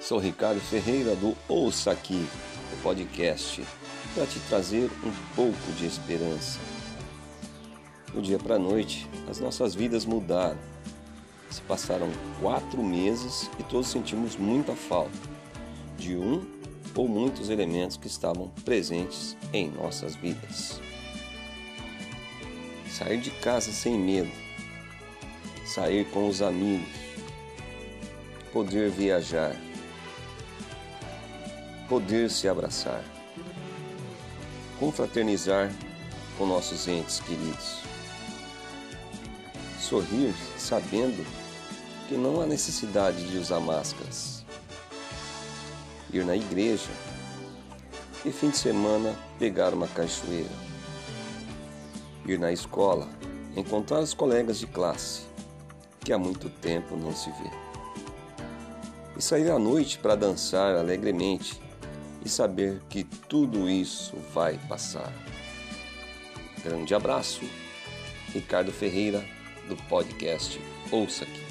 Sou Ricardo Ferreira do Ouça Aqui, o podcast, para te trazer um pouco de esperança. Do dia para a noite, as nossas vidas mudaram. Se passaram 4 meses e todos sentimos muita falta de um ou muitos elementos que estavam presentes em nossas vidas. Sair de casa sem medo, sair com os amigos, poder viajar, poder se abraçar, confraternizar com nossos entes queridos, sorrir sabendo que não há necessidade de usar máscaras, ir na igreja e fim de semana pegar uma cachoeira, ir na escola, encontrar os colegas de classe que há muito tempo não se vê, e sair à noite para dançar alegremente e saber que tudo isso vai passar. Grande abraço, Ricardo Ferreira, do podcast Ouça Aqui.